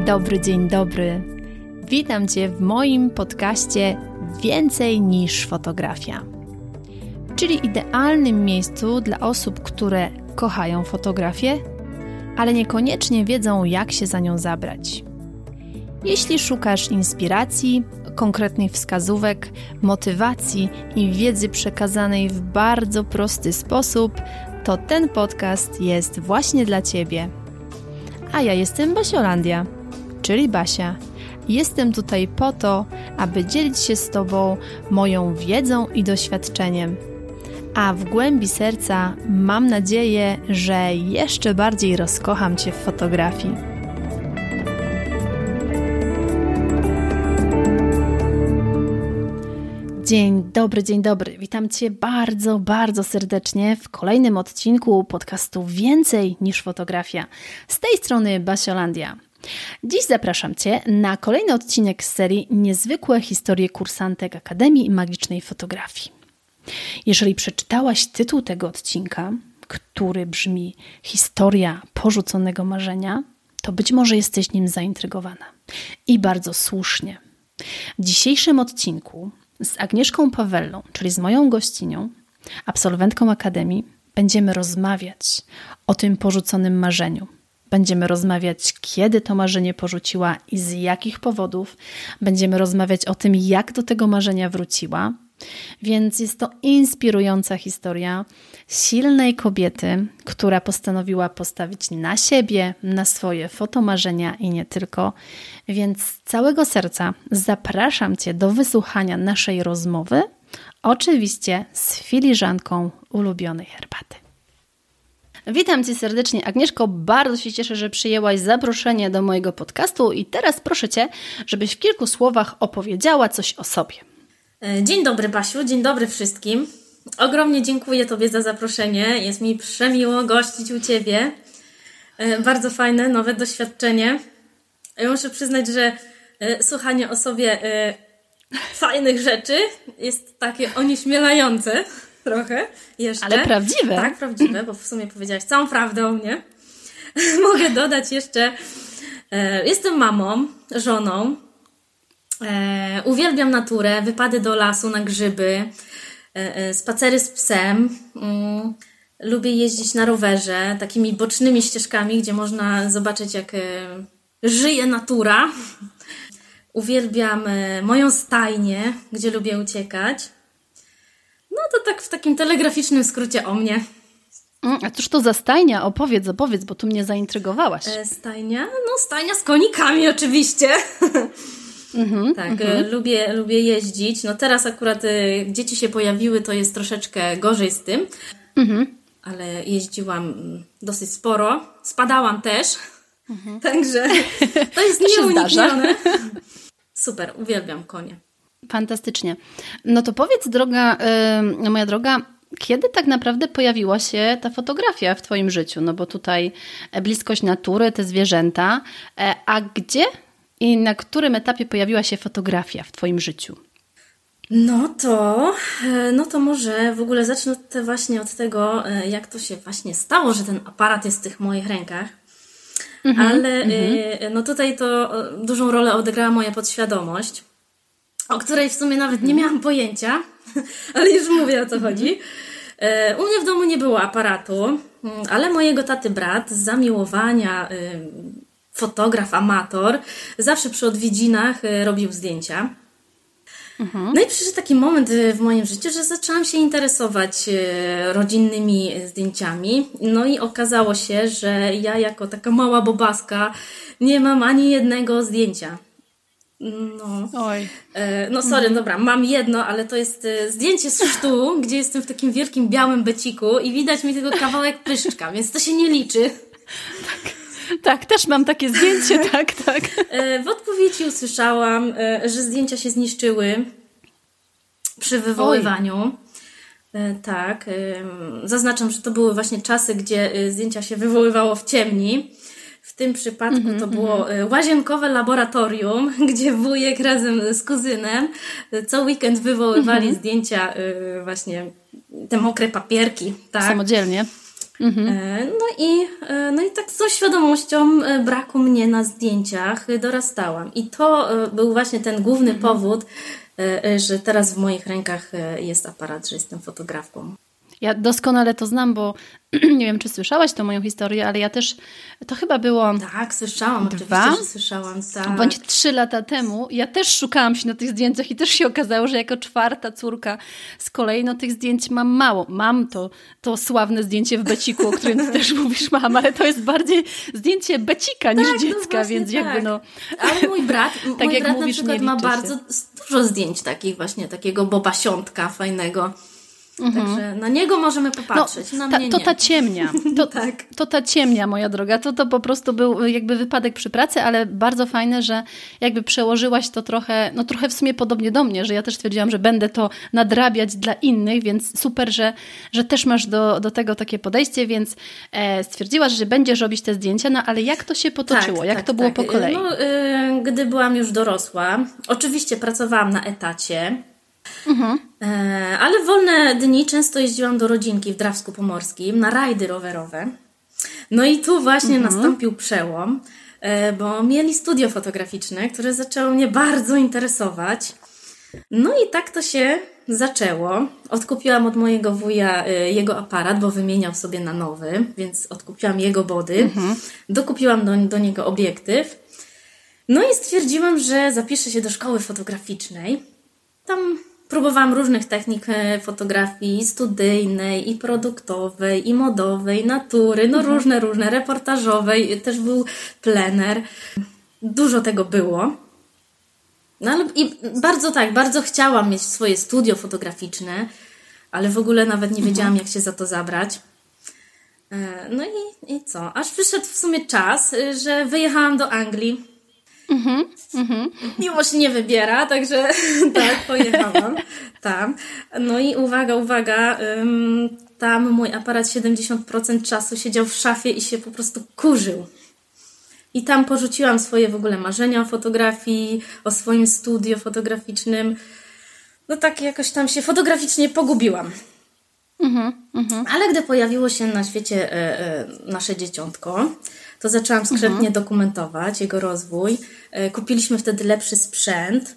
Dzień dobry. Witam Cię w moim podcaście Więcej niż fotografia, czyli idealnym miejscu dla osób, które kochają fotografię, ale niekoniecznie wiedzą, jak się za nią zabrać. Jeśli szukasz inspiracji, konkretnych wskazówek, motywacji i wiedzy przekazanej w bardzo prosty sposób, to ten podcast jest właśnie dla Ciebie. A ja jestem Basiolandia, czyli Basia. Jestem tutaj po to, aby dzielić się z Tobą moją wiedzą i doświadczeniem. A w głębi serca mam nadzieję, że jeszcze bardziej rozkocham Cię w fotografii. Dzień dobry. Witam Cię bardzo serdecznie w kolejnym odcinku podcastu Więcej niż fotografia. Z tej strony Basiolandia. Dziś zapraszam Cię na kolejny odcinek z serii Niezwykłe historie kursantek Akademii Magicznej Fotografii. Jeżeli przeczytałaś tytuł tego odcinka, który brzmi Historia porzuconego marzenia, to być może jesteś nim zaintrygowana. I bardzo słusznie. W dzisiejszym odcinku z Agnieszką Pawellą, czyli z moją gościnią, absolwentką Akademii, będziemy rozmawiać o tym porzuconym marzeniu. Będziemy rozmawiać, kiedy to marzenie porzuciła i z jakich powodów. Będziemy rozmawiać o tym, jak do tego marzenia wróciła. Więc jest to inspirująca historia silnej kobiety, która postanowiła postawić na siebie, na swoje fotomarzenia i nie tylko. Więc z całego serca zapraszam Cię do wysłuchania naszej rozmowy, oczywiście z filiżanką ulubionej herbaty. Witam Cię serdecznie, Agnieszko. Bardzo się cieszę, że przyjęłaś zaproszenie do mojego podcastu i teraz proszę Cię, żebyś w kilku słowach opowiedziała coś o sobie. Dzień dobry, Basiu, dzień dobry wszystkim. Ogromnie dziękuję Tobie za zaproszenie. Jest mi przemiło gościć u Ciebie. Bardzo fajne, nowe doświadczenie. Ja muszę przyznać, że słuchanie o sobie fajnych rzeczy jest takie onieśmielające trochę jeszcze. Ale prawdziwe. Tak, prawdziwe, bo w sumie powiedziałaś całą prawdę o mnie. Mogę dodać jeszcze, jestem mamą, żoną. Uwielbiam naturę, wypady do lasu na grzyby, spacery z psem. Lubię jeździć na rowerze, takimi bocznymi ścieżkami, gdzie można zobaczyć, jak żyje natura. Uwielbiam moją stajnię, gdzie lubię uciekać. No to tak w takim telegraficznym skrócie o mnie. A cóż to za stajnia? Opowiedz, bo tu mnie zaintrygowałaś. Stajnia? No stajnia z konikami oczywiście. Lubię jeździć. No teraz akurat dzieci się pojawiły, to jest troszeczkę gorzej z tym. Ale jeździłam dosyć sporo. Spadałam też. Także to jest nieuniknione. Super, uwielbiam konie. Fantastycznie. No to powiedz, moja droga, kiedy tak naprawdę pojawiła się ta fotografia w Twoim życiu? No bo tutaj bliskość natury, te zwierzęta. A gdzie i na którym etapie pojawiła się fotografia w Twoim życiu? No to może w ogóle zacznę właśnie od tego, jak to się właśnie stało, że ten aparat jest w tych moich rękach. Ale no tutaj to dużą rolę odegrała moja podświadomość, o której w sumie nawet nie miałam pojęcia, ale już mówię, o co chodzi. U mnie w domu nie było aparatu, ale mojego taty brat z zamiłowania, fotograf, amator, zawsze przy odwiedzinach robił zdjęcia. No i przyszedł taki moment w moim życiu, że zaczęłam się interesować rodzinnymi zdjęciami. No i okazało się, że ja jako taka mała bobaska nie mam ani jednego zdjęcia. Dobra, mam jedno, ale to jest zdjęcie z chrztu, gdzie jestem w takim wielkim białym beciku i widać mi tylko kawałek pyszczka, więc to się nie liczy. Tak, też mam takie zdjęcie, tak. W odpowiedzi usłyszałam, że zdjęcia się zniszczyły przy wywoływaniu. Tak, zaznaczam, że to były właśnie czasy, gdzie zdjęcia się wywoływało w ciemni. W tym przypadku to było łazienkowe laboratorium, gdzie wujek razem z kuzynem co weekend wywoływali zdjęcia, właśnie te mokre papierki. Tak? Samodzielnie. No i tak z tą świadomością braku mnie na zdjęciach dorastałam. I to był właśnie ten główny powód, że teraz w moich rękach jest aparat, że jestem fotografką. Ja doskonale to znam, bo nie wiem, czy słyszałaś tą moją historię, ale ja też, to chyba było... Tak, słyszałam, oczywiście, że słyszałam. Tak. Bądź 3 lata temu. Ja też szukałam się na tych zdjęciach i też się okazało, że jako 4. córka z kolei tych zdjęć mam mało. Mam to sławne zdjęcie w beciku, o którym ty też mówisz, mam, ale to jest bardziej zdjęcie becika niż dziecka, no więc tak. jakby Ale mój brat jak na mówisz, przykład ma bardzo dużo zdjęć takich właśnie, takiego Bobasiątka fajnego. Także na niego możemy popatrzeć, na mnie to nie. ta ciemnia. Tak. To ta ciemnia, moja droga. To po prostu był jakby wypadek przy pracy, ale bardzo fajne, że jakby przełożyłaś to trochę w sumie podobnie do mnie, że ja też stwierdziłam, że będę to nadrabiać dla innych, więc super, że też masz do tego takie podejście, więc stwierdziłaś, że będziesz robić te zdjęcia, no ale jak to się potoczyło? Jak to było po kolei? Gdy byłam już dorosła, oczywiście pracowałam na etacie, ale w wolne dni często jeździłam do rodzinki w Drawsku Pomorskim na rajdy rowerowe. No i tu właśnie nastąpił przełom, bo mieli studio fotograficzne, które zaczęło mnie bardzo interesować. No i tak to się zaczęło. Odkupiłam od mojego wuja jego aparat, bo wymieniał sobie na nowy, więc odkupiłam jego body. Dokupiłam do niego obiektyw. No i stwierdziłam, że zapiszę się do szkoły fotograficznej. Tam próbowałam różnych technik fotografii studyjnej i produktowej, i modowej, natury, różne, reportażowej, też był plener. Dużo tego było. No ale i bardzo chciałam mieć swoje studio fotograficzne, ale w ogóle nawet nie wiedziałam, jak się za to zabrać. No i co? Aż przyszedł w sumie czas, że wyjechałam do Anglii. Miłość nie wybiera, także tak, pojechałam tam. No i uwaga, tam mój aparat 70% czasu siedział w szafie i się po prostu kurzył. I tam porzuciłam swoje w ogóle marzenia o fotografii, o swoim studiu fotograficznym. No tak jakoś tam się fotograficznie pogubiłam. Ale gdy pojawiło się na świecie nasze dzieciątko, to zaczęłam skrzętnie dokumentować jego rozwój. Kupiliśmy wtedy lepszy sprzęt.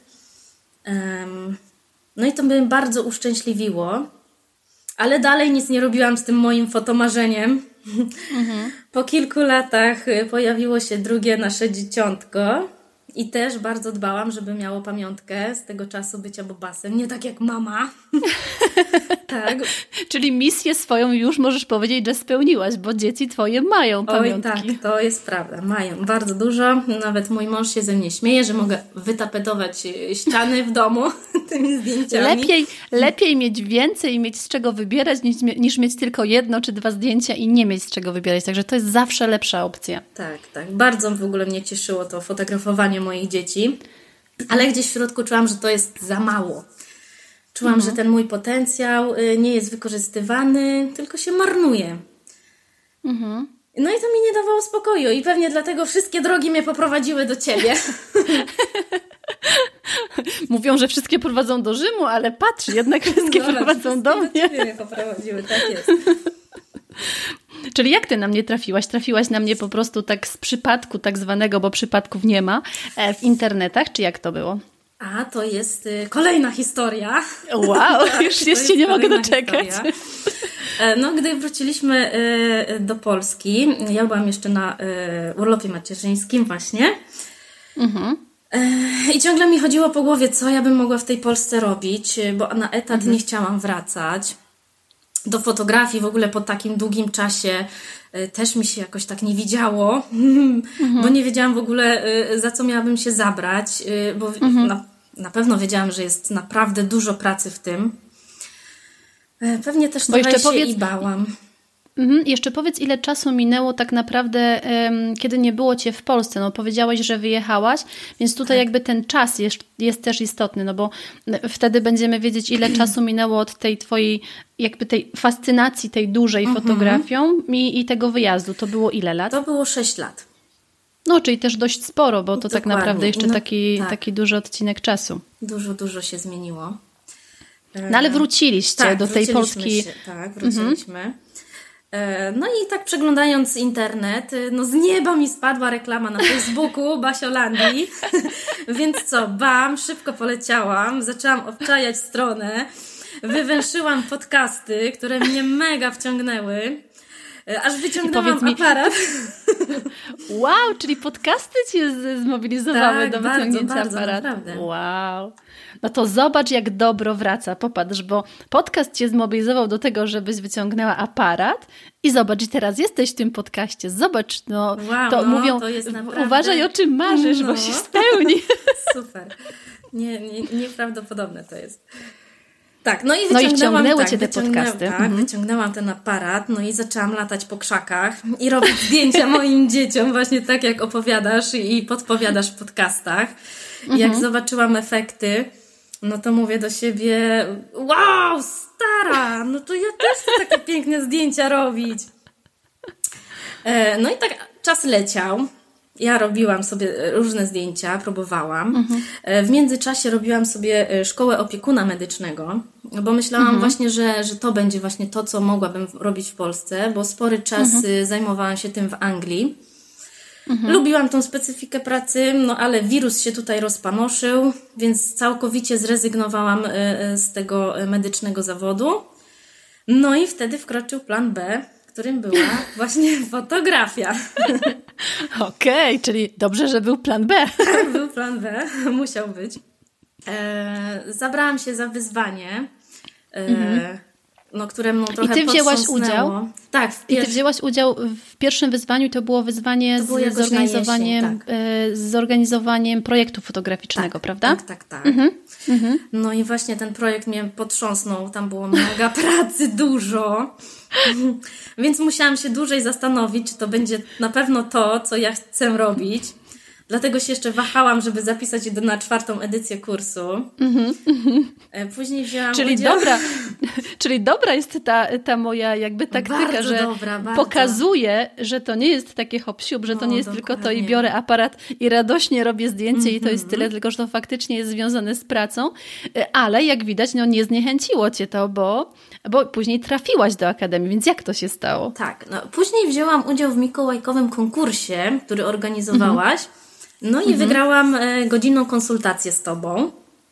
No i to mnie bardzo uszczęśliwiło. Ale dalej nic nie robiłam z tym moim fotomarzeniem. Po kilku latach pojawiło się drugie nasze dzieciątko. I też bardzo dbałam, żeby miało pamiątkę z tego czasu bycia bobasem. Nie tak jak mama. Tak. Czyli misję swoją już możesz powiedzieć, że spełniłaś, bo dzieci twoje mają pamiątki. Oj tak, to jest prawda. Mają bardzo dużo. Nawet mój mąż się ze mnie śmieje, że mogę wytapetować ściany w domu tymi zdjęciami. Lepiej mieć więcej i mieć z czego wybierać, niż mieć tylko 1 czy 2 zdjęcia i nie mieć z czego wybierać. Także to jest zawsze lepsza opcja. Tak. Bardzo w ogóle mnie cieszyło to fotografowanie moich dzieci, ale gdzieś w środku czułam, że to jest za mało. Czułam, że ten mój potencjał nie jest wykorzystywany, tylko się marnuje. No i to mi nie dawało spokoju i pewnie dlatego wszystkie drogi mnie poprowadziły do ciebie. Mówią, że wszystkie prowadzą do Rzymu, ale patrz, jednak wszystkie prowadzą do mnie. Do ciebie mnie poprowadziły, tak jest. Czyli jak ty na mnie trafiłaś? Trafiłaś na mnie po prostu tak z przypadku tak zwanego, bo przypadków nie ma, w internetach, czy jak to było? A, to jest kolejna historia. Wow, już się nie mogę doczekać. Historia. No, gdy wróciliśmy do Polski, ja byłam jeszcze na urlopie macierzyńskim właśnie. I ciągle mi chodziło po głowie, co ja bym mogła w tej Polsce robić, bo na etat nie chciałam wracać. Do fotografii w ogóle po takim długim czasie też mi się jakoś tak nie widziało, bo nie wiedziałam w ogóle, za co miałabym się zabrać, bo na pewno wiedziałam, że jest naprawdę dużo pracy w tym. Pewnie też trochę się i bałam. Jeszcze powiedz, ile czasu minęło tak naprawdę, kiedy nie było cię w Polsce. No, powiedziałaś, że wyjechałaś, więc tutaj jakby ten czas jest też istotny, no bo wtedy będziemy wiedzieć, ile czasu minęło od tej twojej, jakby tej fascynacji tej dużej fotografią i tego wyjazdu. To było ile lat? To było 6 lat. No, czyli też dość sporo, bo to Dokładnie. tak naprawdę jeszcze taki duży odcinek czasu. Dużo się zmieniło. No ale wróciliście do tej Polski. Tak, wróciliśmy. No i tak przeglądając internet, no z nieba mi spadła reklama na Facebooku Basiolandii, więc co, szybko poleciałam, zaczęłam obczajać stronę, wywęszyłam podcasty, które mnie mega wciągnęły, aż wyciągnęłam aparat. Wow, czyli podcasty Cię zmobilizowały do wyciągnięcia bardzo, aparatu. Naprawdę. Wow. No to zobacz, jak dobro wraca. Popatrz, bo podcast Cię zmobilizował do tego, żebyś wyciągnęła aparat i zobacz, i teraz jesteś w tym podcaście. Zobacz, mówią, to jest naprawdę... uważaj, o czym marzysz, bo się spełni. Super. Nieprawdopodobne to jest. Tak, i wciągnęły Cię te podcasty. Tak, wyciągnęłam ten aparat, no i zaczęłam latać po krzakach i robić zdjęcia moim dzieciom, właśnie tak jak opowiadasz i podpowiadasz w podcastach. I jak zobaczyłam efekty, no to mówię do siebie, wow, stara, no to ja też chcę takie piękne zdjęcia robić. No i tak czas leciał. Ja robiłam sobie różne zdjęcia, próbowałam. W międzyczasie robiłam sobie szkołę opiekuna medycznego, bo myślałam właśnie, że to będzie właśnie to, co mogłabym robić w Polsce, bo spory czas zajmowałam się tym w Anglii. Lubiłam tą specyfikę pracy, no ale wirus się tutaj rozpanoszył, więc całkowicie zrezygnowałam z tego medycznego zawodu. No i wtedy wkroczył plan B, którym była właśnie fotografia. Okej, czyli dobrze, że był plan B. Tak, był plan B, musiał być. Zabrałam się za wyzwanie, któremu trochę I Ty wzięłaś udział? Tak. I Ty wzięłaś udział w pierwszym wyzwaniu, to było wyzwanie z zorganizowaniem projektu fotograficznego, prawda? Tak. No i właśnie ten projekt mnie potrząsnął, tam było mega pracy, dużo. Więc musiałam się dłużej zastanowić, czy to będzie na pewno to, co ja chcę robić. Dlatego się jeszcze wahałam, żeby zapisać się na 4. edycję kursu. Później wzięłam udział... Czyli dobra jest ta moja jakby taktyka, bardzo że dobra, pokazuje, że to nie jest takie hop-siup, że to nie jest tylko to i biorę aparat i radośnie robię zdjęcie i to jest tyle, tylko że to faktycznie jest związane z pracą. Ale jak widać, nie zniechęciło Cię to, bo później trafiłaś do Akademii, więc jak to się stało? Tak, później wzięłam udział w mikołajkowym konkursie, który organizowałaś. No i wygrałam godzinną konsultację z Tobą.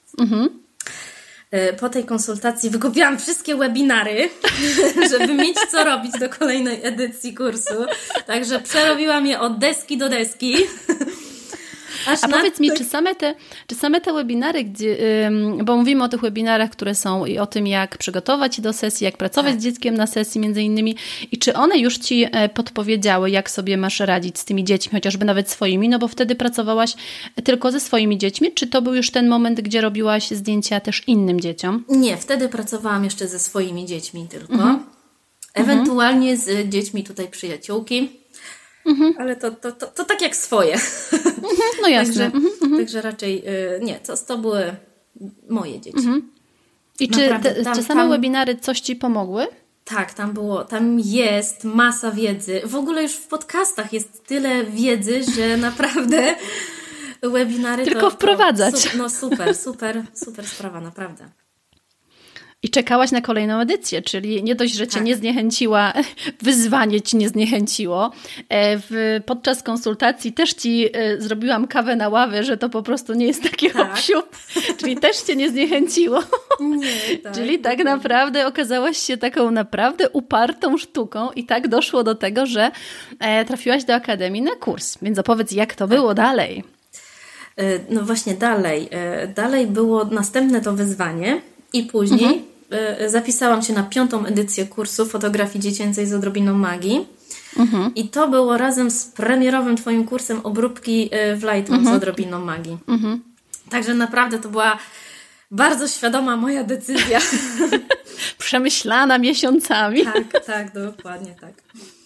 Po tej konsultacji wykupiłam wszystkie webinary, żeby mieć co robić do kolejnej edycji kursu. Także przerobiłam je od deski do deski. A powiedz mi, czy same te webinary, bo mówimy o tych webinarach, które są i o tym, jak przygotować się do sesji, jak pracować z dzieckiem na sesji między innymi, i czy one już Ci podpowiedziały, jak sobie masz radzić z tymi dziećmi, chociażby nawet swoimi, no bo wtedy pracowałaś tylko ze swoimi dziećmi, czy to był już ten moment, gdzie robiłaś zdjęcia też innym dzieciom? Nie, wtedy pracowałam jeszcze ze swoimi dziećmi tylko. Ewentualnie z dziećmi tutaj przyjaciółki. Ale to tak jak swoje. No jasne. Także raczej nie, to były moje dzieci. I czy same webinary coś Ci pomogły? Tak, tam jest masa wiedzy. W ogóle już w podcastach jest tyle wiedzy, że naprawdę webinary tylko wprowadzać. Super sprawa, naprawdę. I czekałaś na kolejną edycję, czyli nie dość, że Cię nie zniechęciła, wyzwanie Ci nie zniechęciło. Podczas konsultacji też Ci zrobiłam kawę na ławę, że to po prostu nie jest taki hop-siup, czyli też Cię nie zniechęciło. Nie, Czyli tak naprawdę okazałaś się taką naprawdę upartą sztuką i tak doszło do tego, że trafiłaś do Akademii na kurs. Więc opowiedz, jak to było dalej. No właśnie dalej. Dalej było następne to wyzwanie i później zapisałam się na 5. edycję kursu fotografii dziecięcej z odrobiną magii. I to było razem z premierowym Twoim kursem obróbki w Lightroom z odrobiną magii. Także naprawdę to była bardzo świadoma moja decyzja. Przemyślana miesiącami. Tak, dokładnie tak.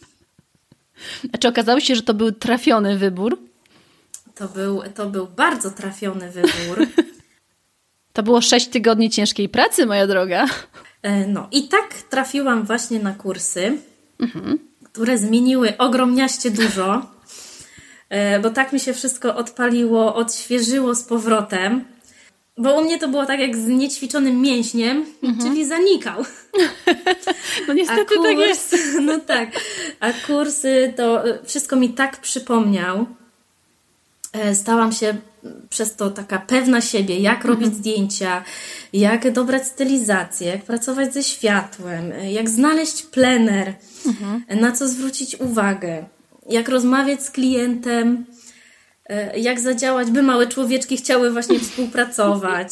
A czy okazało się, że to był trafiony wybór? To był bardzo trafiony wybór. To było 6 tygodni ciężkiej pracy, moja droga. No i tak trafiłam właśnie na kursy, które zmieniły ogromniaście dużo, bo tak mi się wszystko odpaliło, odświeżyło z powrotem. Bo u mnie to było tak jak z niećwiczonym mięśniem, czyli zanikał. No niestety tak jest. No tak. A kursy to wszystko mi tak przypomniał. Stałam się przez to taka pewna siebie, jak robić zdjęcia, jak dobrać stylizację, jak pracować ze światłem, jak znaleźć plener, na co zwrócić uwagę, jak rozmawiać z klientem, jak zadziałać, by małe człowieczki chciały właśnie współpracować.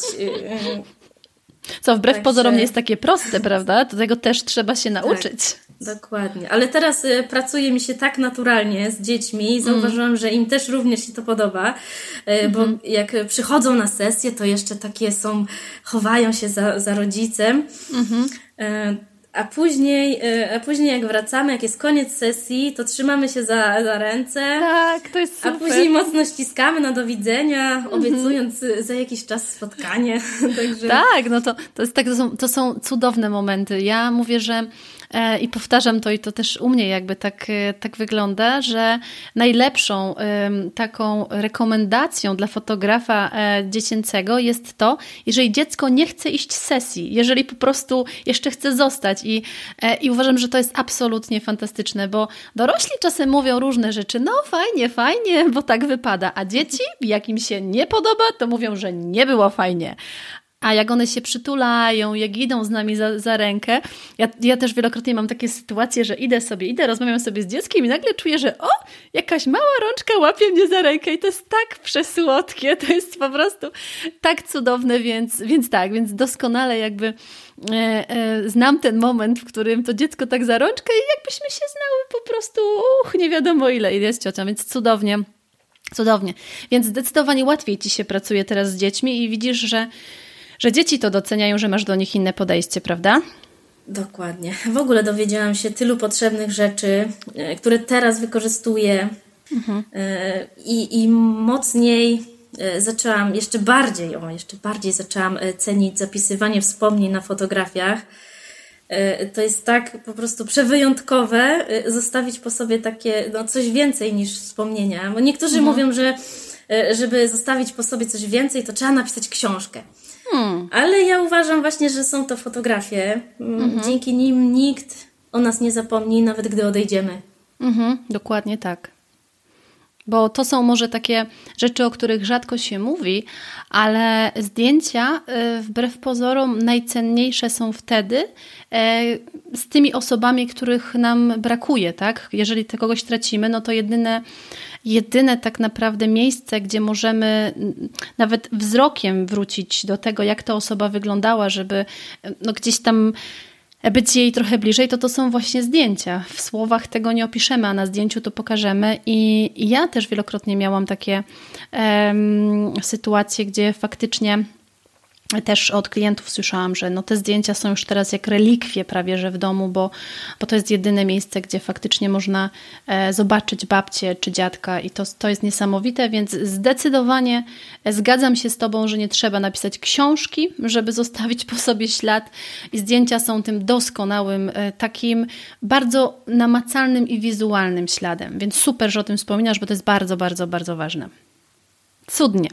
Co wbrew pozorom nie jest takie proste, prawda? Do tego też trzeba się nauczyć. Tak, dokładnie. Ale teraz pracuje mi się tak naturalnie z dziećmi i zauważyłam, że im też również się to podoba, bo jak przychodzą na sesję, to jeszcze takie są, chowają się za rodzicem. A później jak wracamy, jak jest koniec sesji, to trzymamy się za ręce. Tak, to jest super. A później mocno ściskamy na do widzenia, obiecując za jakiś czas spotkanie. Także... Tak, no to są cudowne momenty. Ja mówię, że i powtarzam to i to też u mnie jakby tak wygląda, że najlepszą taką rekomendacją dla fotografa dziecięcego jest to, jeżeli dziecko nie chce iść z sesji, jeżeli po prostu jeszcze chce zostać i uważam, że to jest absolutnie fantastyczne, bo dorośli czasem mówią różne rzeczy, no fajnie, bo tak wypada, a dzieci, jak im się nie podoba, to mówią, że nie było fajnie. A jak one się przytulają, jak idą z nami za rękę, ja też wielokrotnie mam takie sytuacje, że idę, rozmawiam sobie z dzieckiem i nagle czuję, że jakaś mała rączka łapie mnie za rękę i to jest tak przesłodkie, to jest po prostu tak cudowne, więc doskonale jakby znam ten moment, w którym to dziecko tak za rączkę i jakbyśmy się znały po prostu, nie wiadomo ile jest ciocią, więc cudownie. Więc zdecydowanie łatwiej ci się pracuje teraz z dziećmi i widzisz, że dzieci to doceniają, że masz do nich inne podejście, prawda? Dokładnie. W ogóle dowiedziałam się tylu potrzebnych rzeczy, które teraz wykorzystuję i mocniej zaczęłam, jeszcze bardziej zaczęłam cenić zapisywanie wspomnień na fotografiach. To jest tak po prostu przewyjątkowe zostawić po sobie takie, coś więcej niż wspomnienia. Bo niektórzy mówią, że żeby zostawić po sobie coś więcej, to trzeba napisać książkę. Ale ja uważam właśnie, że są to fotografie. Dzięki nim nikt o nas nie zapomni, nawet gdy odejdziemy. Dokładnie tak. Bo to są może takie rzeczy, o których rzadko się mówi, ale zdjęcia wbrew pozorom najcenniejsze są wtedy z tymi osobami, których nam brakuje, tak? Jeżeli kogoś tracimy, no to jedyne tak naprawdę miejsce, gdzie możemy nawet wzrokiem wrócić do tego, jak ta osoba wyglądała, żeby gdzieś tam być jej trochę bliżej, to są właśnie zdjęcia. W słowach tego nie opiszemy, a na zdjęciu to pokażemy. I ja też wielokrotnie miałam takie sytuacje, gdzie faktycznie też od klientów słyszałam, że te zdjęcia są już teraz jak relikwie prawie, że w domu, bo to jest jedyne miejsce, gdzie faktycznie można zobaczyć babcię czy dziadka i to jest niesamowite, więc zdecydowanie zgadzam się z Tobą, że nie trzeba napisać książki, żeby zostawić po sobie ślad i zdjęcia są tym doskonałym, takim bardzo namacalnym i wizualnym śladem, więc super, że o tym wspominasz, bo to jest bardzo, bardzo, bardzo ważne. Cudnie.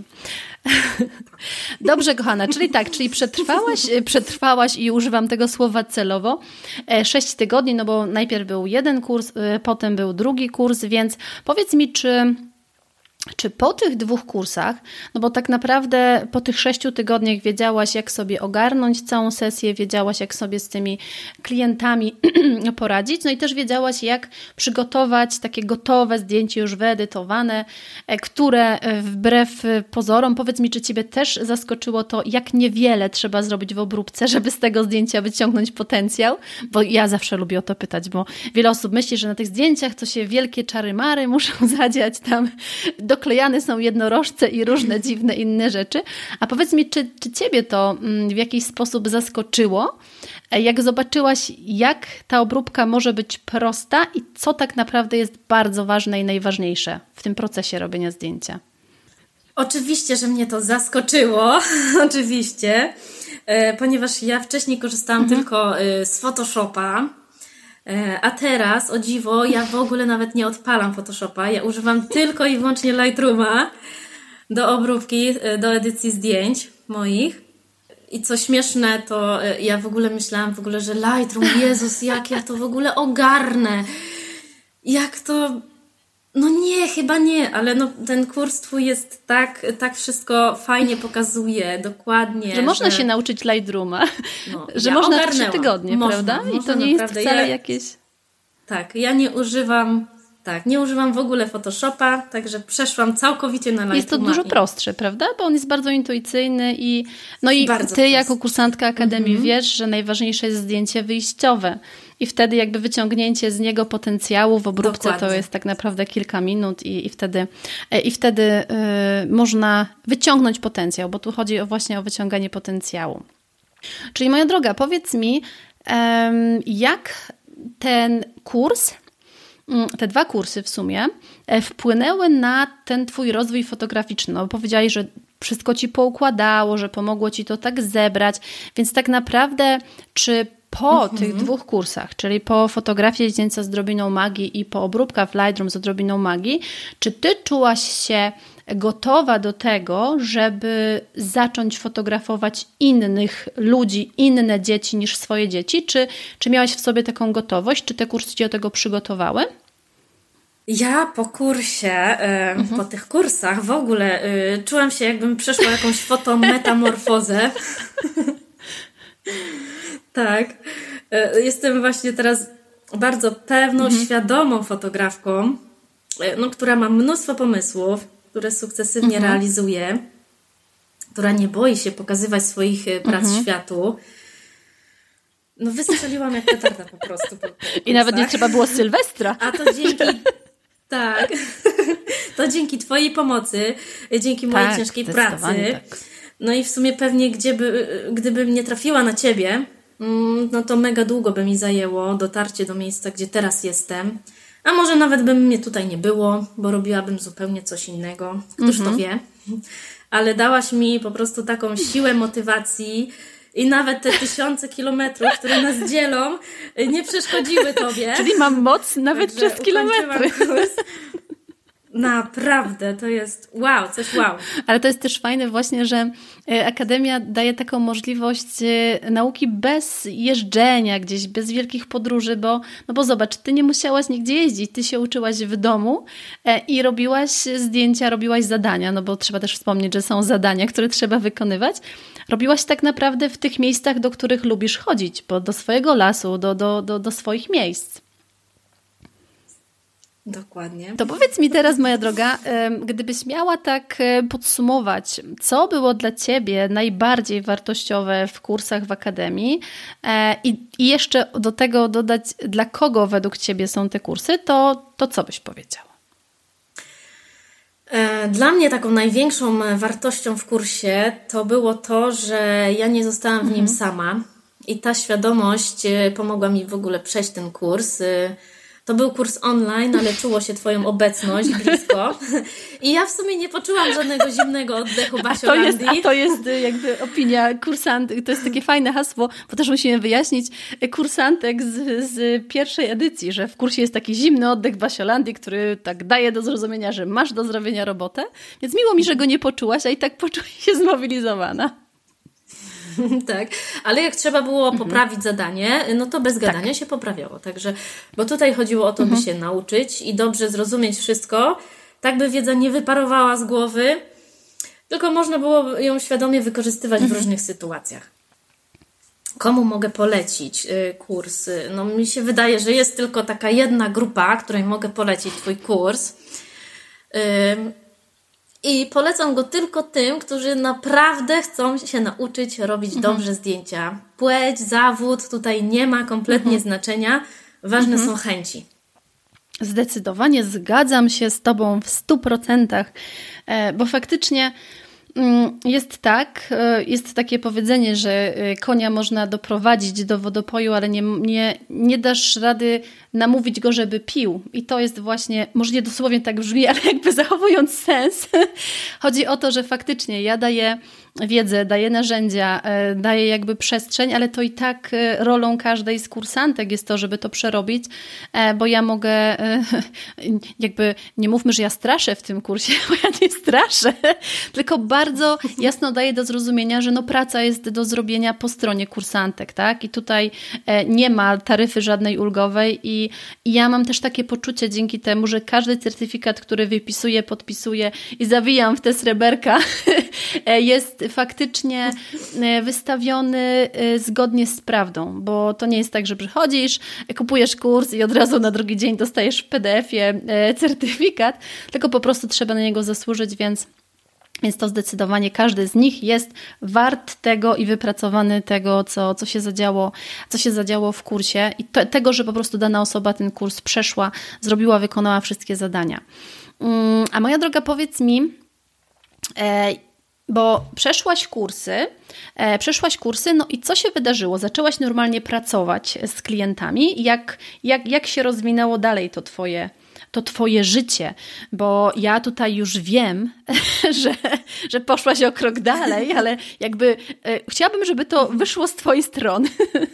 Dobrze, kochana, czyli przetrwałaś i używam tego słowa celowo 6 tygodni, bo najpierw był jeden kurs, potem był drugi kurs, więc powiedz mi, czy po tych 2 kursach, bo tak naprawdę po tych 6 tygodniach wiedziałaś, jak sobie ogarnąć całą sesję, wiedziałaś, jak sobie z tymi klientami poradzić, i też wiedziałaś, jak przygotować takie gotowe zdjęcie już wyedytowane, które wbrew pozorom, powiedz mi, czy Ciebie też zaskoczyło to, jak niewiele trzeba zrobić w obróbce, żeby z tego zdjęcia wyciągnąć potencjał, bo ja zawsze lubię o to pytać, bo wiele osób myśli, że na tych zdjęciach to się wielkie czary-mary muszą zadziać tam, doklejane są jednorożce i różne dziwne inne rzeczy. A powiedz mi, czy Ciebie to w jakiś sposób zaskoczyło, jak zobaczyłaś, jak ta obróbka może być prosta i co tak naprawdę jest bardzo ważne i najważniejsze w tym procesie robienia zdjęcia? Oczywiście, że mnie to zaskoczyło, oczywiście, ponieważ ja wcześniej korzystałam tylko z Photoshopa, a teraz, o dziwo, ja w ogóle nawet nie odpalam Photoshopa, ja używam tylko i wyłącznie Lightrooma. do obróbki, do edycji zdjęć moich. I co śmieszne, to ja w ogóle myślałam że Lightroom, Jezus, jak ja to w ogóle ogarnę. Jak to... No nie, chyba nie, ale no ten kurs twój jest tak wszystko fajnie pokazuje, dokładnie. Że można się nauczyć Lightrooma, że ja można w 3 tygodnie, prawda? Można, i to nie jest wcale jakieś... Tak, ja nie używam w ogóle Photoshopa, także przeszłam całkowicie na Lightrooma. Jest to dużo prostsze, prawda? Bo on jest bardzo intuicyjny i bardzo ty jako kursantka Akademii wiesz, że najważniejsze jest zdjęcie wyjściowe i wtedy jakby wyciągnięcie z niego potencjału w obróbce to jest tak naprawdę kilka minut i wtedy można wyciągnąć potencjał, bo tu chodzi właśnie o wyciąganie potencjału. Czyli moja droga, powiedz mi, jak ten kurs, te 2 kursy w sumie, wpłynęły na ten twój rozwój fotograficzny. No, powiedziałaś, że wszystko ci poukładało, że pomogło ci to tak zebrać, więc tak naprawdę czy po tych 2 kursach, czyli po fotografii zdjęcia z odrobiną magii i po obróbkach w Lightroom z odrobiną magii, czy ty czułaś się gotowa do tego, żeby zacząć fotografować innych ludzi, inne dzieci niż swoje dzieci? Czy miałaś w sobie taką gotowość? Czy te kursy cię do tego przygotowały? Ja po kursie, po tych kursach w ogóle czułam się, jakbym przeszła jakąś fotometamorfozę. Tak. Jestem właśnie teraz bardzo pewną, świadomą fotografką, która ma mnóstwo pomysłów, które sukcesywnie realizuje, która nie boi się pokazywać swoich prac światu. No wystrzeliłam jak petarda po prostu. Po I nawet nie trzeba było Sylwestra. A to dzięki... Tak. To dzięki twojej pomocy, dzięki mojej ciężkiej pracy. Tak. No i w sumie pewnie gdybym nie trafiła na ciebie, no to mega długo by mi zajęło dotarcie do miejsca, gdzie teraz jestem. A może nawet by mnie tutaj nie było, bo robiłabym zupełnie coś innego. Któż to wie? Ale dałaś mi po prostu taką siłę motywacji i nawet te 1000 kilometrów, które nas dzielą, nie przeszkodziły tobie. Czyli mam moc nawet przez kilometry. Naprawdę, to jest wow, coś wow. Ale to jest też fajne właśnie, że Akademia daje taką możliwość nauki bez jeżdżenia gdzieś, bez wielkich podróży, bo zobacz, ty nie musiałaś nigdzie jeździć, ty się uczyłaś w domu i robiłaś zdjęcia, robiłaś zadania, no bo trzeba też wspomnieć, że są zadania, które trzeba wykonywać. Robiłaś tak naprawdę w tych miejscach, do których lubisz chodzić, bo do swojego lasu, do swoich miejsc. Dokładnie. To powiedz mi teraz, moja droga, gdybyś miała tak podsumować, co było dla ciebie najbardziej wartościowe w kursach w Akademii i jeszcze do tego dodać, dla kogo według ciebie są te kursy, to co byś powiedziała? Dla mnie taką największą wartością w kursie to było to, że ja nie zostałam w nim sama i ta świadomość pomogła mi w ogóle przejść ten kurs. To był kurs online, ale czuło się twoją obecność blisko. I ja w sumie nie poczułam żadnego zimnego oddechu Basiolandii. A to jest jakby opinia kursantek. To jest takie fajne hasło, bo też musimy wyjaśnić kursantek z pierwszej edycji, że w kursie jest taki zimny oddech Basiolandii, który tak daje do zrozumienia, że masz do zrobienia robotę. Więc miło mi, że go nie poczułaś, a i tak poczułaś się zmobilizowana. Tak, ale jak trzeba było poprawić zadanie, no to bez gadania się poprawiało. Także, bo tutaj chodziło o to, by się nauczyć i dobrze zrozumieć wszystko, tak by wiedza nie wyparowała z głowy, tylko można było ją świadomie wykorzystywać w różnych sytuacjach. Komu mogę polecić kurs? No mi się wydaje, że jest tylko taka jedna grupa, której mogę polecić twój kurs. I polecam go tylko tym, którzy naprawdę chcą się nauczyć robić dobrze zdjęcia. Płeć, zawód tutaj nie ma kompletnie znaczenia. Ważne są chęci. Zdecydowanie zgadzam się z tobą w 100%, bo faktycznie jest tak, jest takie powiedzenie, że konia można doprowadzić do wodopoju, ale nie dasz rady namówić go, żeby pił. I to jest właśnie, może nie dosłownie tak brzmi, ale jakby zachowując sens, chodzi o to, że faktycznie ja daję wiedzę, daję narzędzia, daję jakby przestrzeń, ale to i tak rolą każdej z kursantek jest to, żeby to przerobić, bo ja mogę, jakby nie mówmy, że ja straszę w tym kursie, bo ja nie straszę, tylko bardzo jasno daję do zrozumienia, że no praca jest do zrobienia po stronie kursantek, tak? I tutaj nie ma taryfy żadnej ulgowej i ja mam też takie poczucie dzięki temu, że każdy certyfikat, który wypisuję, podpisuję i zawijam w te sreberka, jest faktycznie wystawiony zgodnie z prawdą, bo to nie jest tak, że przychodzisz, kupujesz kurs i od razu na drugi dzień dostajesz w PDF-ie certyfikat, tylko po prostu trzeba na niego zasłużyć, więc to zdecydowanie każdy z nich jest wart tego i wypracowany tego, co się zadziało w kursie i tego, że po prostu dana osoba ten kurs przeszła, zrobiła, wykonała wszystkie zadania. A moja droga, powiedz mi, bo przeszłaś kursy, no i co się wydarzyło? Zaczęłaś normalnie pracować z klientami. Jak się rozwinęło dalej to twoje życie? Bo ja tutaj już wiem, że poszłaś o krok dalej, ale jakby chciałabym, żeby to wyszło z twojej strony.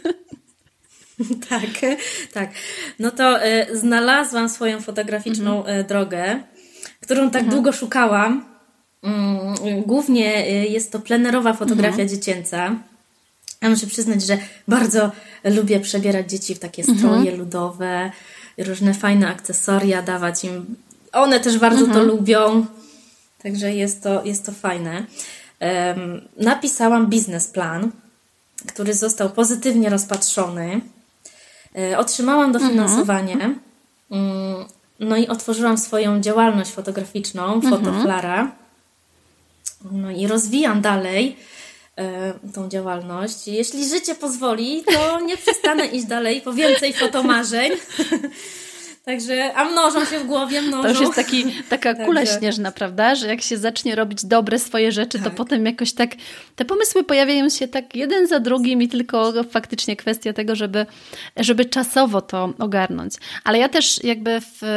Tak. No to znalazłam swoją fotograficzną drogę, którą tak długo szukałam. Głównie jest to plenerowa fotografia dziecięca. Ja muszę przyznać, że bardzo lubię przebierać dzieci w takie stroje ludowe, różne fajne akcesoria, dawać im. One też bardzo to lubią, także jest to fajne. Napisałam biznesplan, który został pozytywnie rozpatrzony. Otrzymałam dofinansowanie. No i otworzyłam swoją działalność fotograficzną, Fotoflara. No i rozwijam dalej tą działalność. Jeśli życie pozwoli, to nie przestanę iść dalej po więcej fotomarzeń. Także, a mnożą się w głowie, To już jest taka kula śnieżna, prawda? Że jak się zacznie robić dobre swoje rzeczy, to potem jakoś tak te pomysły pojawiają się tak jeden za drugim i tylko faktycznie kwestia tego, żeby czasowo to ogarnąć. Ale ja też jakby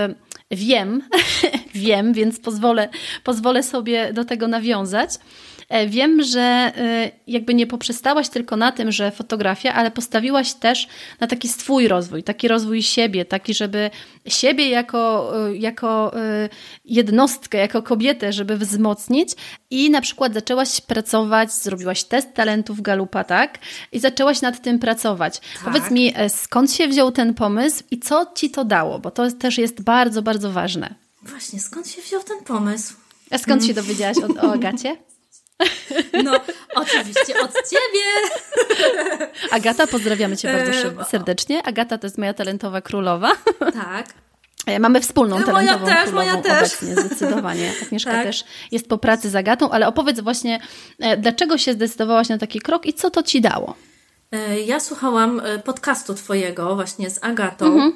wiem, więc pozwolę sobie do tego nawiązać. Wiem, że jakby nie poprzestałaś tylko na tym, że fotografia, ale postawiłaś też na taki swój rozwój, taki rozwój siebie, taki, żeby siebie jako jednostkę, jako kobietę, żeby wzmocnić i na przykład zaczęłaś pracować, zrobiłaś test talentów Galupa, tak? I zaczęłaś nad tym pracować. Tak. Powiedz mi, skąd się wziął ten pomysł i co ci to dało? Bo to też jest bardzo, bardzo ważne. Właśnie, skąd się wziął ten pomysł? A skąd się dowiedziałaś o Agacie? No, oczywiście od ciebie. Agata, pozdrawiamy cię bardzo serdecznie. Agata to jest moja talentowa królowa. Tak. Mamy wspólną talentową królową moja obecnie, zdecydowanie. Agnieszka też jest po pracy z Agatą, ale opowiedz właśnie, dlaczego się zdecydowałaś na taki krok i co to ci dało? Ja słuchałam podcastu twojego właśnie z Agatą,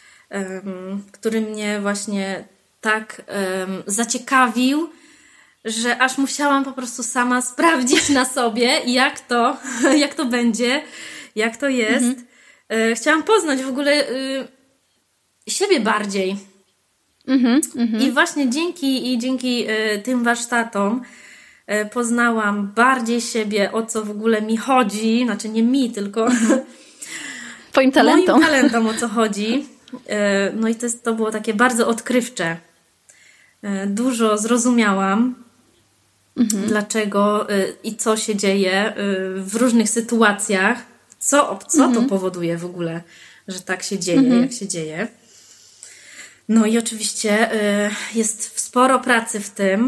który mnie właśnie tak zaciekawił, że aż musiałam po prostu sama sprawdzić na sobie, jak to będzie, jak to jest. Chciałam poznać w ogóle siebie bardziej. I właśnie dzięki tym warsztatom poznałam bardziej siebie, o co w ogóle mi chodzi. Znaczy nie mi, tylko Twoim talentom. Moim talentom, o co chodzi. No i to było takie bardzo odkrywcze. Dużo zrozumiałam, dlaczego i co się dzieje w różnych sytuacjach, co to powoduje w ogóle, że tak się dzieje, jak się dzieje. No i oczywiście jest sporo pracy w tym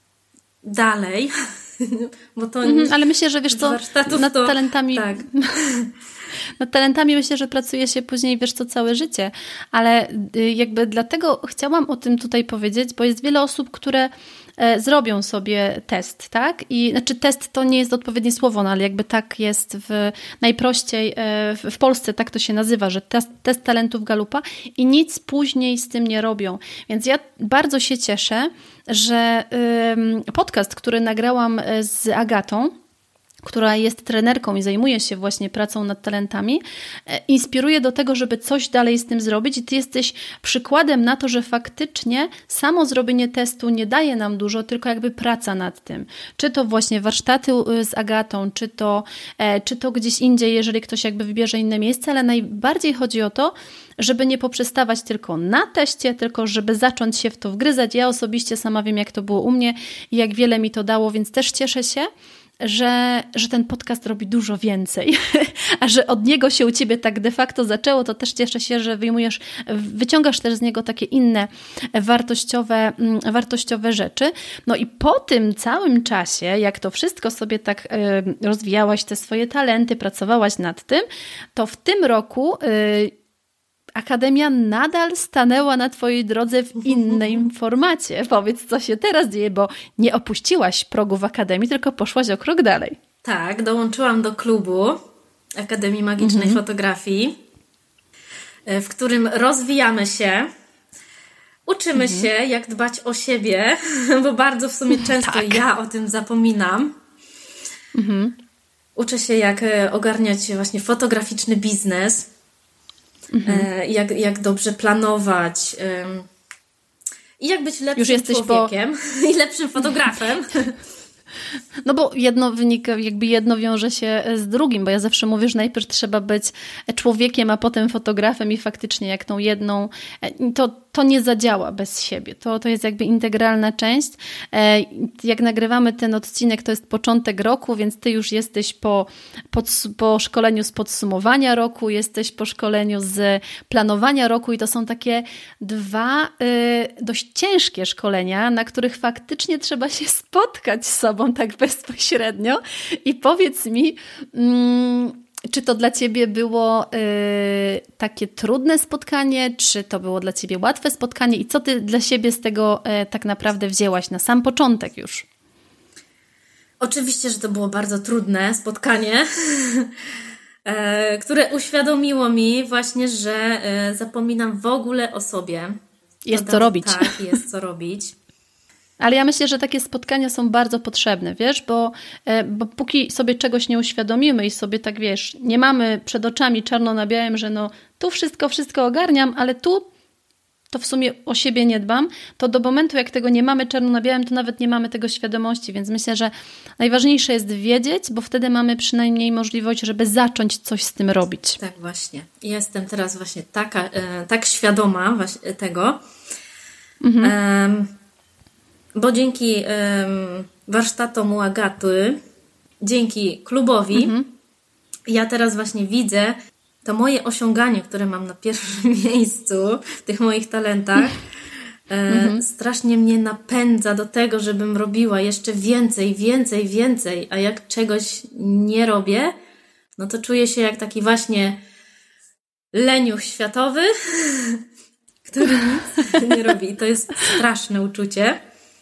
dalej, bo to ale myślę, że wiesz co, nad talentami... Tak. Nad talentami myślę, że pracuje się później, wiesz co, całe życie, ale jakby dlatego chciałam o tym tutaj powiedzieć, bo jest wiele osób, które zrobią sobie test, tak? I znaczy test to nie jest odpowiednie słowo, no ale jakby tak jest najprościej w Polsce, tak to się nazywa, że test talentów Galupa i nic później z tym nie robią. Więc ja bardzo się cieszę, że podcast, który nagrałam z Agatą, która jest trenerką i zajmuje się właśnie pracą nad talentami, inspiruje do tego, żeby coś dalej z tym zrobić i ty jesteś przykładem na to, że faktycznie samo zrobienie testu nie daje nam dużo, tylko jakby praca nad tym. Czy to właśnie warsztaty z Agatą, czy to gdzieś indziej, jeżeli ktoś jakby wybierze inne miejsce, ale najbardziej chodzi o to, żeby nie poprzestawać tylko na teście, tylko żeby zacząć się w to wgryzać. Ja osobiście sama wiem, jak to było u mnie i jak wiele mi to dało, więc też cieszę się, że ten podcast robi dużo więcej, a że od niego się u ciebie tak de facto zaczęło, to też cieszę się, że wyciągasz też z niego takie inne wartościowe rzeczy. No i po tym całym czasie, jak to wszystko sobie tak rozwijałaś, te swoje talenty, pracowałaś nad tym, to w tym roku Akademia nadal stanęła na twojej drodze w innym formacie. Powiedz, co się teraz dzieje, bo nie opuściłaś progów Akademii, tylko poszłaś o krok dalej. Tak, dołączyłam do klubu Akademii Magicznej Fotografii, w którym rozwijamy się, uczymy się, jak dbać o siebie, bo bardzo w sumie często ja o tym zapominam. Uczę się, jak ogarniać właśnie fotograficzny biznes, jak dobrze planować i jak być lepszym człowiekiem i lepszym fotografem. No bo jedno wiąże się z drugim, bo ja zawsze mówię, że najpierw trzeba być człowiekiem, a potem fotografem i faktycznie jak tą jedną, to nie zadziała bez siebie. To jest jakby integralna część. Jak nagrywamy ten odcinek, to jest początek roku, więc ty już jesteś po szkoleniu z podsumowania roku, jesteś po szkoleniu z planowania roku i to są takie dwa dość ciężkie szkolenia, na których faktycznie trzeba się spotkać z sobą tak bezpośrednio. I powiedz mi, czy to dla ciebie było takie trudne spotkanie, czy to było dla ciebie łatwe spotkanie i co ty dla siebie z tego tak naprawdę wzięłaś na sam początek już? Oczywiście, że to było bardzo trudne spotkanie, które uświadomiło mi właśnie, że zapominam w ogóle o sobie. Jest co robić. Tak, jest co robić. Ale ja myślę, że takie spotkania są bardzo potrzebne, wiesz, bo póki sobie czegoś nie uświadomimy i sobie tak, wiesz, nie mamy przed oczami czarno na białym, że no tu wszystko ogarniam, ale tu to w sumie o siebie nie dbam, to do momentu, jak tego nie mamy czarno na białym, to nawet nie mamy tego świadomości, więc myślę, że najważniejsze jest wiedzieć, bo wtedy mamy przynajmniej możliwość, żeby zacząć coś z tym robić. Tak właśnie. Jestem teraz właśnie tak świadoma właśnie tego, bo dzięki warsztatom u Agaty, dzięki klubowi, ja teraz właśnie widzę to moje osiąganie, które mam na pierwszym miejscu w tych moich talentach, strasznie mnie napędza do tego, żebym robiła jeszcze więcej, a jak czegoś nie robię, no to czuję się jak taki właśnie leniuch światowy, który nic nie robi. I to jest straszne uczucie.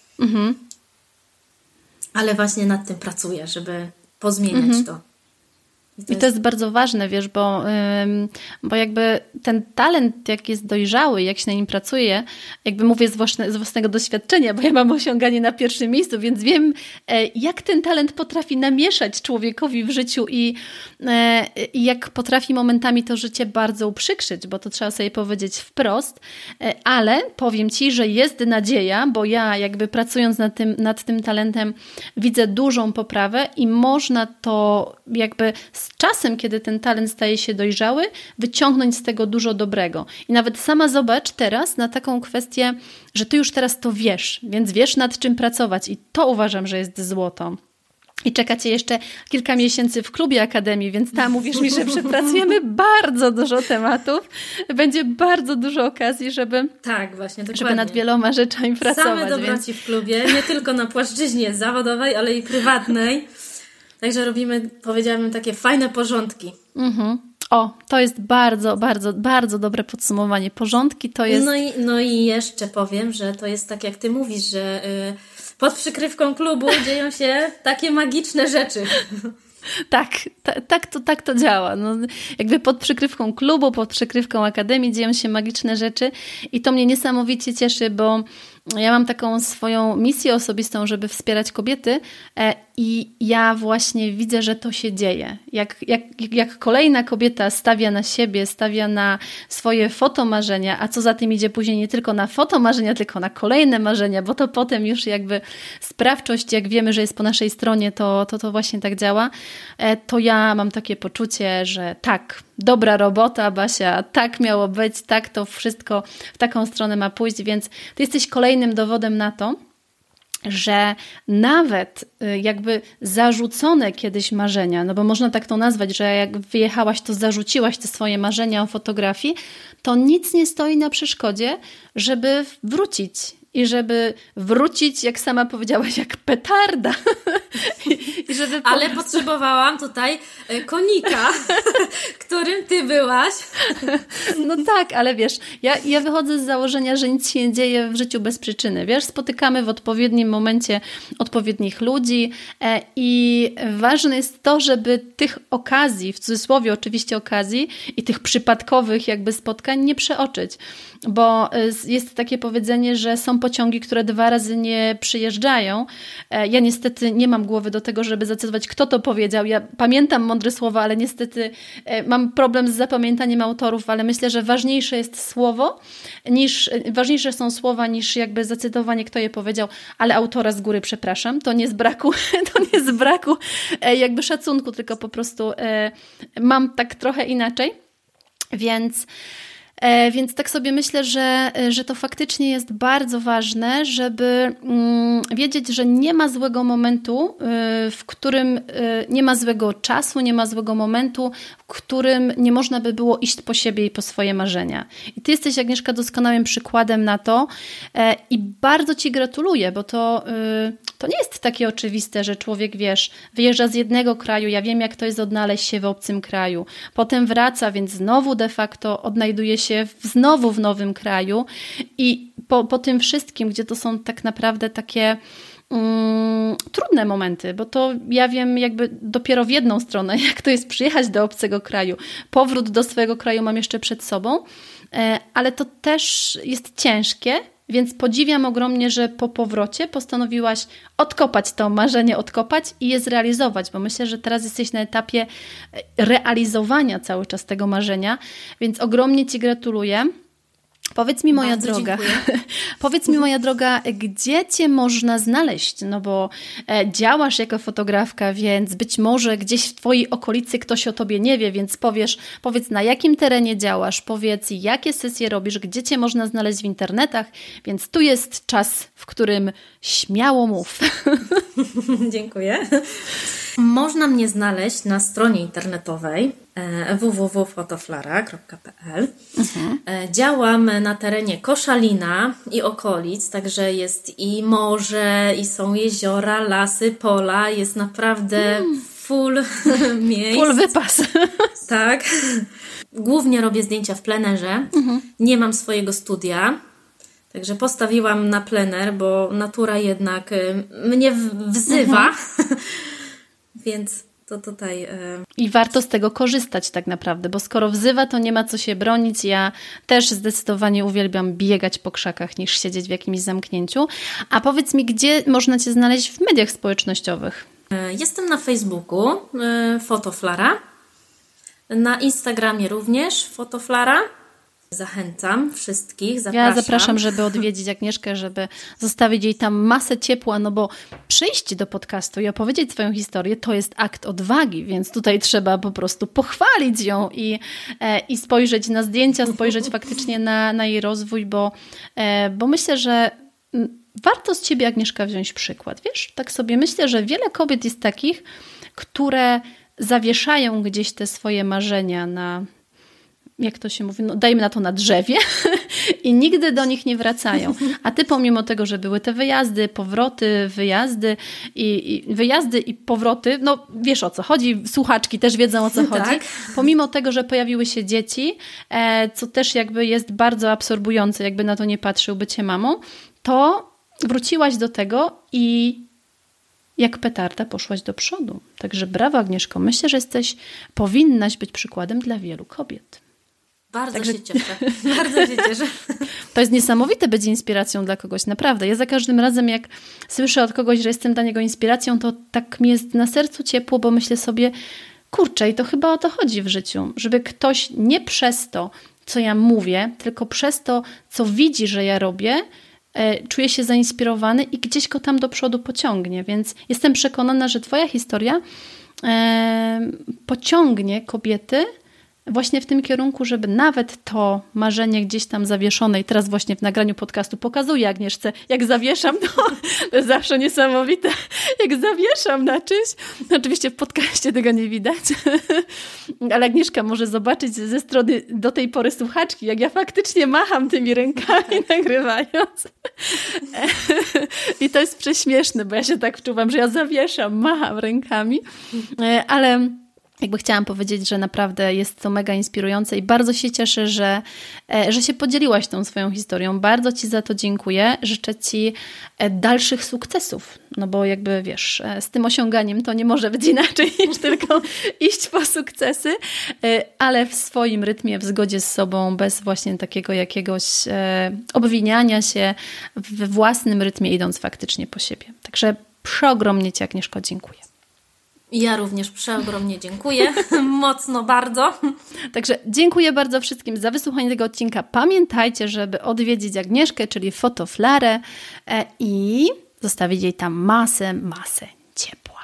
Ale właśnie nad tym pracuję, żeby pozmieniać to. I to jest bardzo ważne, wiesz, bo jakby ten talent, jak jest dojrzały, jak się na nim pracuje, jakby mówię z własnego doświadczenia, bo ja mam osiąganie na pierwszym miejscu, więc wiem, jak ten talent potrafi namieszać człowiekowi w życiu i jak potrafi momentami to życie bardzo uprzykrzyć, bo to trzeba sobie powiedzieć wprost, ale powiem Ci, że jest nadzieja, bo ja jakby pracując nad tym talentem widzę dużą poprawę i można to jakby z czasem, kiedy ten talent staje się dojrzały, wyciągnąć z tego dużo dobrego. I nawet sama zobacz teraz na taką kwestię, że ty już teraz to wiesz, więc wiesz nad czym pracować i to uważam, że jest złoto. I czeka Cię jeszcze kilka miesięcy w klubie Akademii, więc tam mówisz mi, że przepracujemy bardzo dużo tematów. Będzie bardzo dużo okazji, żeby nad wieloma rzeczami pracować. Same dobroci w klubie, nie tylko na płaszczyźnie zawodowej, ale i prywatnej. Także robimy, powiedziałabym, takie fajne porządki. O, to jest bardzo, bardzo, bardzo dobre podsumowanie. Porządki to jest... No i jeszcze powiem, że to jest tak, jak Ty mówisz, że pod przykrywką klubu dzieją się takie magiczne rzeczy. Tak to działa. No, jakby pod przykrywką klubu, pod przykrywką Akademii dzieją się magiczne rzeczy i to mnie niesamowicie cieszy, bo ja mam taką swoją misję osobistą, żeby wspierać kobiety i ja właśnie widzę, że to się dzieje. Jak kolejna kobieta stawia na siebie, stawia na swoje fotomarzenia, a co za tym idzie później nie tylko na fotomarzenia, tylko na kolejne marzenia, bo to potem już jakby sprawczość, jak wiemy, że jest po naszej stronie, to właśnie tak działa, to ja mam takie poczucie, że tak, dobra robota, Basia, tak miało być, tak to wszystko w taką stronę ma pójść, więc ty jesteś kolejnym dowodem na to, że nawet jakby zarzucone kiedyś marzenia, no bo można tak to nazwać, że jak wyjechałaś, to zarzuciłaś te swoje marzenia o fotografii, to nic nie stoi na przeszkodzie, żeby wrócić. I żeby wrócić, jak sama powiedziałaś, jak petarda. Ale potrzebowałam tutaj konika, którym ty byłaś. No tak, ale wiesz, ja wychodzę z założenia, że nic się nie dzieje w życiu bez przyczyny. Wiesz, spotykamy w odpowiednim momencie odpowiednich ludzi i ważne jest to, żeby tych okazji, w cudzysłowie oczywiście okazji i tych przypadkowych jakby spotkań nie przeoczyć. Bo jest takie powiedzenie, że są pociągi, które 2 razy nie przyjeżdżają. Ja niestety nie mam głowy do tego, żeby zacytować, kto to powiedział. Ja pamiętam mądre słowa, ale niestety mam problem z zapamiętaniem autorów, ale myślę, że ważniejsze są słowa niż jakby zacytowanie, kto je powiedział, ale autora z góry przepraszam. To nie z braku jakby szacunku, tylko po prostu mam tak trochę inaczej. Więc tak sobie myślę, że to faktycznie jest bardzo ważne, żeby wiedzieć, że nie ma złego momentu, w którym nie ma złego czasu, nie ma złego momentu, w którym nie można by było iść po siebie i po swoje marzenia. I ty jesteś, Agnieszka, doskonałym przykładem na to i bardzo ci gratuluję, bo to nie jest takie oczywiste, że człowiek, wiesz, wyjeżdża z jednego kraju, ja wiem, jak to jest odnaleźć się w obcym kraju, potem wraca, więc znowu de facto odnajduje się znowu w nowym kraju i po tym wszystkim, gdzie to są tak naprawdę takie trudne momenty, bo to ja wiem jakby dopiero w jedną stronę, jak to jest przyjechać do obcego kraju. Powrót do swojego kraju mam jeszcze przed sobą, ale to też jest ciężkie, więc podziwiam ogromnie, że po powrocie postanowiłaś odkopać to marzenie, i je zrealizować, bo myślę, że teraz jesteś na etapie realizowania cały czas tego marzenia, więc ogromnie ci gratuluję. Powiedz mi, moja droga, gdzie cię można znaleźć? No bo działasz jako fotografka, więc być może gdzieś w twojej okolicy ktoś o tobie nie wie, więc powiedz na jakim terenie działasz, powiedz jakie sesje robisz, gdzie cię można znaleźć w internetach, więc tu jest czas, w którym śmiało mów. Dziękuję. Można mnie znaleźć na stronie internetowej www.fotoflara.pl. Działam na terenie Koszalina i okolic, także jest i morze, i są jeziora, lasy, pola, jest naprawdę full miejsc. Full wypas. Tak. Głównie robię zdjęcia w plenerze. Nie mam swojego studia. Także postawiłam na plener, bo natura jednak mnie wzywa. Więc to tutaj... I warto z tego korzystać tak naprawdę, bo skoro wzywa, to nie ma co się bronić. Ja też zdecydowanie uwielbiam biegać po krzakach niż siedzieć w jakimś zamknięciu. A powiedz mi, gdzie można cię znaleźć w mediach społecznościowych? Jestem na Facebooku, Fotoflara. Na Instagramie również Fotoflara. Zachęcam wszystkich, zapraszam. Ja zapraszam, żeby odwiedzić Agnieszkę, żeby zostawić jej tam masę ciepła, no bo przyjść do podcastu i opowiedzieć swoją historię to jest akt odwagi, więc tutaj trzeba po prostu pochwalić ją i spojrzeć na zdjęcia, spojrzeć faktycznie na jej rozwój, bo myślę, że warto z ciebie, Agnieszka, wziąć przykład. Wiesz, tak sobie myślę, że wiele kobiet jest takich, które zawieszają gdzieś te swoje marzenia na... jak to się mówi, no dajmy na to na drzewie i nigdy do nich nie wracają. A ty pomimo tego, że były te wyjazdy, powroty, wyjazdy i powroty, no wiesz o co chodzi, słuchaczki też wiedzą o co chodzi. Tak. Pomimo tego, że pojawiły się dzieci, co też jakby jest bardzo absorbujące, jakby na to nie patrzył bycie mamą, to wróciłaś do tego i jak petarda poszłaś do przodu. Także brawo, Agnieszko. Myślę, że powinnaś być przykładem dla wielu kobiet. Bardzo się cieszę. Bardzo się cieszę. To jest niesamowite być inspiracją dla kogoś, naprawdę. Ja za każdym razem, jak słyszę od kogoś, że jestem dla niego inspiracją, to tak mi jest na sercu ciepło, bo myślę sobie, kurczę, i to chyba o to chodzi w życiu, żeby ktoś nie przez to, co ja mówię, tylko przez to, co widzi, że ja robię, czuje się zainspirowany i gdzieś go tam do przodu pociągnie. Więc jestem przekonana, że twoja historia pociągnie kobiety właśnie w tym kierunku, żeby nawet to marzenie gdzieś tam zawieszone, i teraz właśnie w nagraniu podcastu pokazuję Agnieszce, jak zawieszam, to jest zawsze niesamowite, jak zawieszam na czymś. Oczywiście w podcaście tego nie widać, ale Agnieszka może zobaczyć ze strony do tej pory słuchaczki, jak ja faktycznie macham tymi rękami nagrywając. I to jest prześmieszne, bo ja się tak wczuwam, że ja zawieszam, macham rękami, ale jakby chciałam powiedzieć, że naprawdę jest to mega inspirujące i bardzo się cieszę, że się podzieliłaś tą swoją historią. Bardzo ci za to dziękuję. Życzę ci dalszych sukcesów, no bo jakby wiesz, z tym osiąganiem to nie może być inaczej niż tylko iść po sukcesy, ale w swoim rytmie, w zgodzie z sobą, bez właśnie takiego jakiegoś obwiniania się, we własnym rytmie, idąc faktycznie po siebie. Także przeogromnie ci, Agnieszko, dziękuję. Ja również przeogromnie dziękuję. Mocno bardzo. Także dziękuję bardzo wszystkim za wysłuchanie tego odcinka. Pamiętajcie, żeby odwiedzić Agnieszkę, czyli Fotoflarę i zostawić jej tam masę ciepła.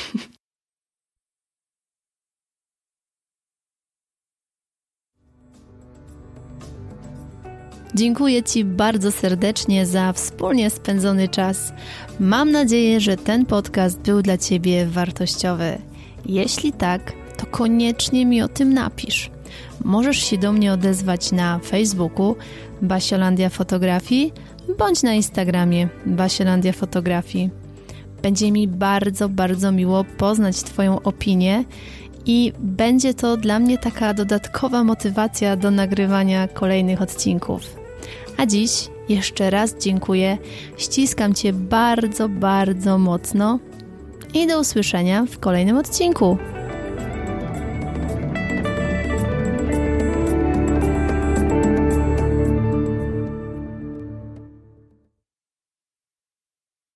Dziękuję ci bardzo serdecznie za wspólnie spędzony czas. Mam nadzieję, że ten podcast był dla ciebie wartościowy. Jeśli tak, to koniecznie mi o tym napisz. Możesz się do mnie odezwać na Facebooku Basiolandia Fotografii bądź na Instagramie Basiolandia Fotografii. Będzie mi bardzo, bardzo miło poznać twoją opinię i będzie to dla mnie taka dodatkowa motywacja do nagrywania kolejnych odcinków. A dziś jeszcze raz dziękuję, ściskam cię bardzo, bardzo mocno i do usłyszenia w kolejnym odcinku.